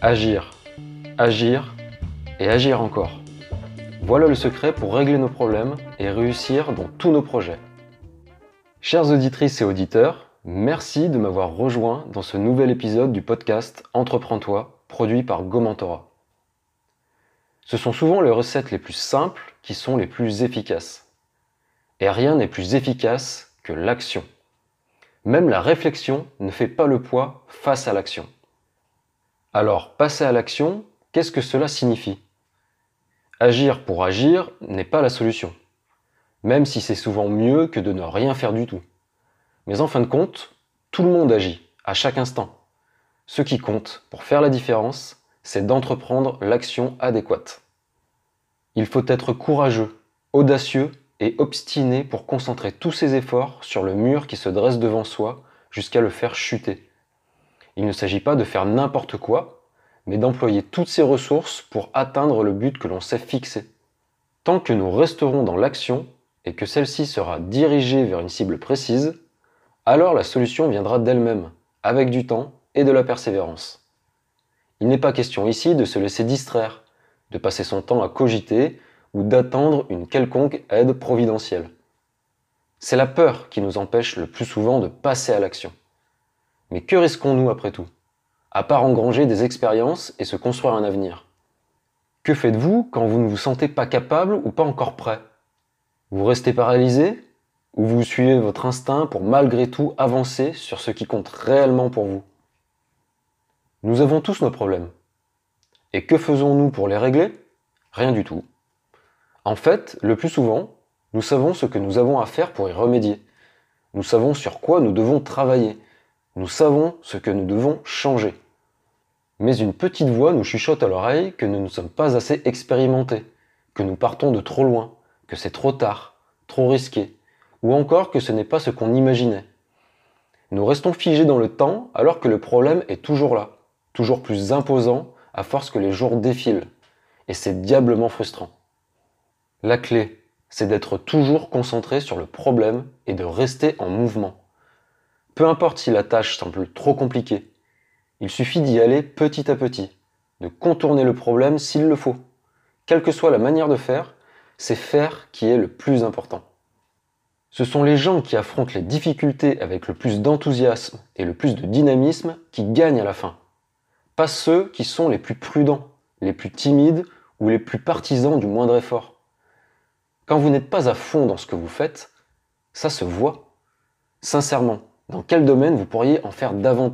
Agir, agir et agir encore. Voilà le secret pour régler nos problèmes et réussir dans tous nos projets. Chères auditrices et auditeurs, merci de m'avoir rejoint dans ce nouvel épisode du podcast Entreprends-toi, produit par GoMentorat. Ce sont souvent les recettes les plus simples qui sont les plus efficaces. Et rien n'est plus efficace que l'action. Même la réflexion ne fait pas le poids face à l'action. Alors, passer à l'action, qu'est-ce que cela signifie ? Agir pour agir n'est pas la solution, même si c'est souvent mieux que de ne rien faire du tout. Mais en fin de compte, tout le monde agit, à chaque instant. Ce qui compte pour faire la différence, c'est d'entreprendre l'action adéquate. Il faut être courageux, audacieux et obstiné pour concentrer tous ses efforts sur le mur qui se dresse devant soi jusqu'à le faire chuter. Il ne s'agit pas de faire n'importe quoi, mais d'employer toutes ses ressources pour atteindre le but que l'on s'est fixé. Tant que nous resterons dans l'action et que celle-ci sera dirigée vers une cible précise, alors la solution viendra d'elle-même, avec du temps et de la persévérance. Il n'est pas question ici de se laisser distraire, de passer son temps à cogiter ou d'attendre une quelconque aide providentielle. C'est la peur qui nous empêche le plus souvent de passer à l'action. Mais que risquons-nous après tout ? À part engranger des expériences et se construire un avenir. Que faites-vous quand vous ne vous sentez pas capable ou pas encore prêt ? Vous restez paralysé ? Ou vous suivez votre instinct pour malgré tout avancer sur ce qui compte réellement pour vous ? Nous avons tous nos problèmes. Et que faisons-nous pour les régler ? Rien du tout. En fait, le plus souvent, nous savons ce que nous avons à faire pour y remédier. Nous savons sur quoi nous devons travailler. Nous savons ce que nous devons changer. Mais une petite voix nous chuchote à l'oreille que nous ne sommes pas assez expérimentés, que nous partons de trop loin, que c'est trop tard, trop risqué, ou encore que ce n'est pas ce qu'on imaginait. Nous restons figés dans le temps alors que le problème est toujours là, toujours plus imposant à force que les jours défilent, et c'est diablement frustrant. La clé, c'est d'être toujours concentré sur le problème et de rester en mouvement. Peu importe si la tâche semble trop compliquée, il suffit d'y aller petit à petit, de contourner le problème s'il le faut. Quelle que soit la manière de faire, c'est faire qui est le plus important. Ce sont les gens qui affrontent les difficultés avec le plus d'enthousiasme et le plus de dynamisme qui gagnent à la fin. Pas ceux qui sont les plus prudents, les plus timides ou les plus partisans du moindre effort. Quand vous n'êtes pas à fond dans ce que vous faites, ça se voit. Sincèrement, dans quel domaine vous pourriez en faire davantage ?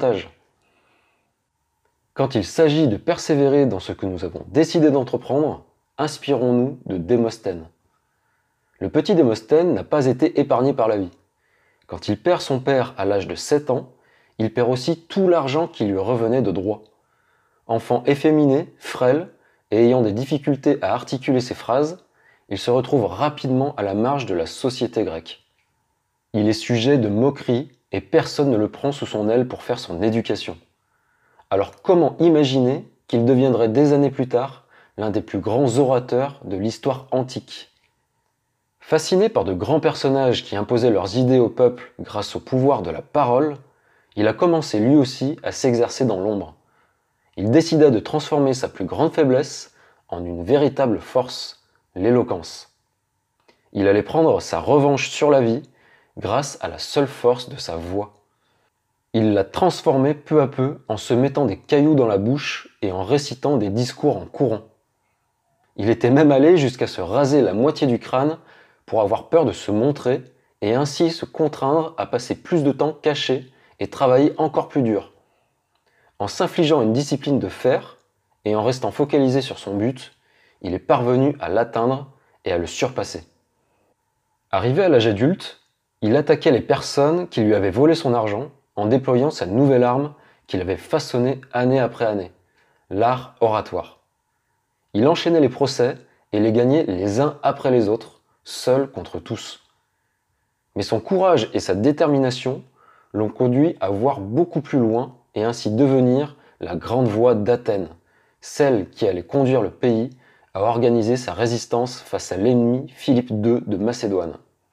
Quand il s'agit de persévérer dans ce que nous avons décidé d'entreprendre, inspirons-nous de Démosthène. Le petit Démosthène n'a pas été épargné par la vie. Quand il perd son père à l'âge de 7 ans, il perd aussi tout l'argent qui lui revenait de droit. Enfant efféminé, frêle et ayant des difficultés à articuler ses phrases, il se retrouve rapidement à la marge de la société grecque. Il est sujet de moqueries et personne ne le prend sous son aile pour faire son éducation. Alors comment imaginer qu'il deviendrait des années plus tard l'un des plus grands orateurs de l'histoire antique ? Fasciné par de grands personnages qui imposaient leurs idées au peuple grâce au pouvoir de la parole, il a commencé lui aussi à s'exercer dans l'ombre. Il décida de transformer sa plus grande faiblesse en une véritable force, l'éloquence. Il allait prendre sa revanche sur la vie grâce à la seule force de sa voix. Il l'a transformée peu à peu en se mettant des cailloux dans la bouche et en récitant des discours en courant. Il était même allé jusqu'à se raser la moitié du crâne pour avoir peur de se montrer et ainsi se contraindre à passer plus de temps caché et travailler encore plus dur. En s'infligeant une discipline de fer et en restant focalisé sur son but, il est parvenu à l'atteindre et à le surpasser. Arrivé à l'âge adulte, il attaquait les personnes qui lui avaient volé son argent en déployant sa nouvelle arme qu'il avait façonnée année après année, l'art oratoire. Il enchaînait les procès et les gagnait les uns après les autres, seul contre tous. Mais son courage et sa détermination l'ont conduit à voir beaucoup plus loin et ainsi devenir la grande voix d'Athènes, celle qui allait conduire le pays à organiser sa résistance face à l'ennemi Philippe II de Macédoine.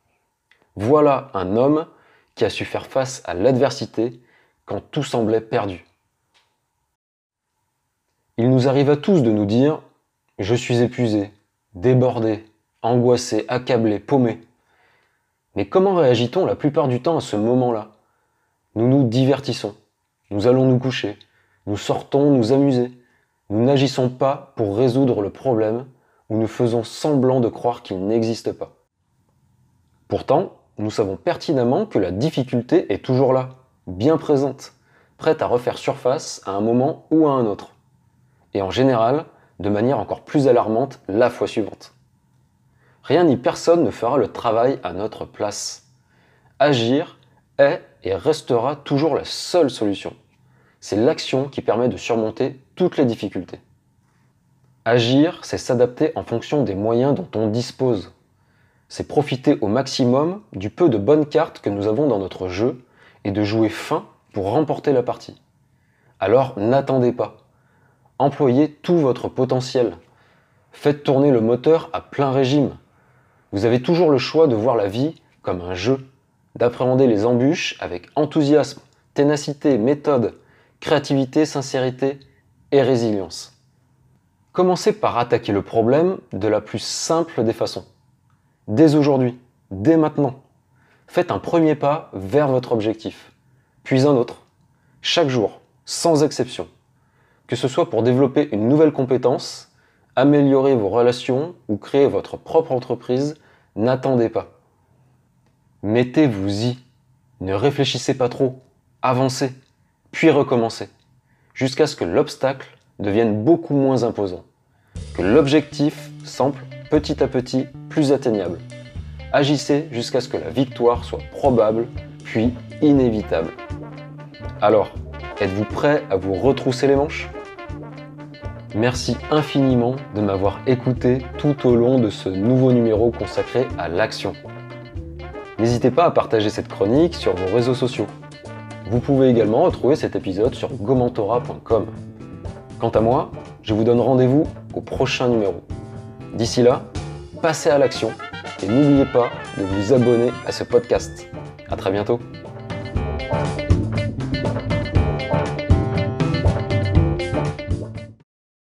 Voilà un homme qui a su faire face à l'adversité quand tout semblait perdu. Il nous arrive à tous de nous dire « Je suis épuisé, débordé, angoissé, accablé, paumé ». Mais comment réagit-on la plupart du temps à ce moment-là? Nous nous divertissons, nous allons nous coucher, nous sortons nous amuser. Nous n'agissons pas pour résoudre le problème ou nous faisons semblant de croire qu'il n'existe pas. Pourtant, nous savons pertinemment que la difficulté est toujours là, bien présente, prête à refaire surface à un moment ou à un autre. Et en général, de manière encore plus alarmante la fois suivante. Rien ni personne ne fera le travail à notre place. Agir est et restera toujours la seule solution. C'est l'action qui permet de surmonter toutes les difficultés. Agir, c'est s'adapter en fonction des moyens dont on dispose. C'est profiter au maximum du peu de bonnes cartes que nous avons dans notre jeu et de jouer fin pour remporter la partie. Alors n'attendez pas. Employez tout votre potentiel. Faites tourner le moteur à plein régime. Vous avez toujours le choix de voir la vie comme un jeu, d'appréhender les embûches avec enthousiasme, ténacité, méthode, créativité, sincérité et résilience. Commencez par attaquer le problème de la plus simple des façons. Dès aujourd'hui, dès maintenant, faites un premier pas vers votre objectif, puis un autre, chaque jour, sans exception. Que ce soit pour développer une nouvelle compétence, améliorer vos relations ou créer votre propre entreprise, n'attendez pas. Mettez-vous-y, ne réfléchissez pas trop, avancez. Puis recommencer, jusqu'à ce que l'obstacle devienne beaucoup moins imposant, que l'objectif semble petit à petit plus atteignable. Agissez jusqu'à ce que la victoire soit probable, puis inévitable. Alors, êtes-vous prêt à vous retrousser les manches? Merci infiniment de m'avoir écouté tout au long de ce nouveau numéro consacré à l'action. N'hésitez pas à partager cette chronique sur vos réseaux sociaux. Vous pouvez également retrouver cet épisode sur gomentora.com. Quant à moi, je vous donne rendez-vous au prochain numéro. D'ici là, passez à l'action et n'oubliez pas de vous abonner à ce podcast. À très bientôt.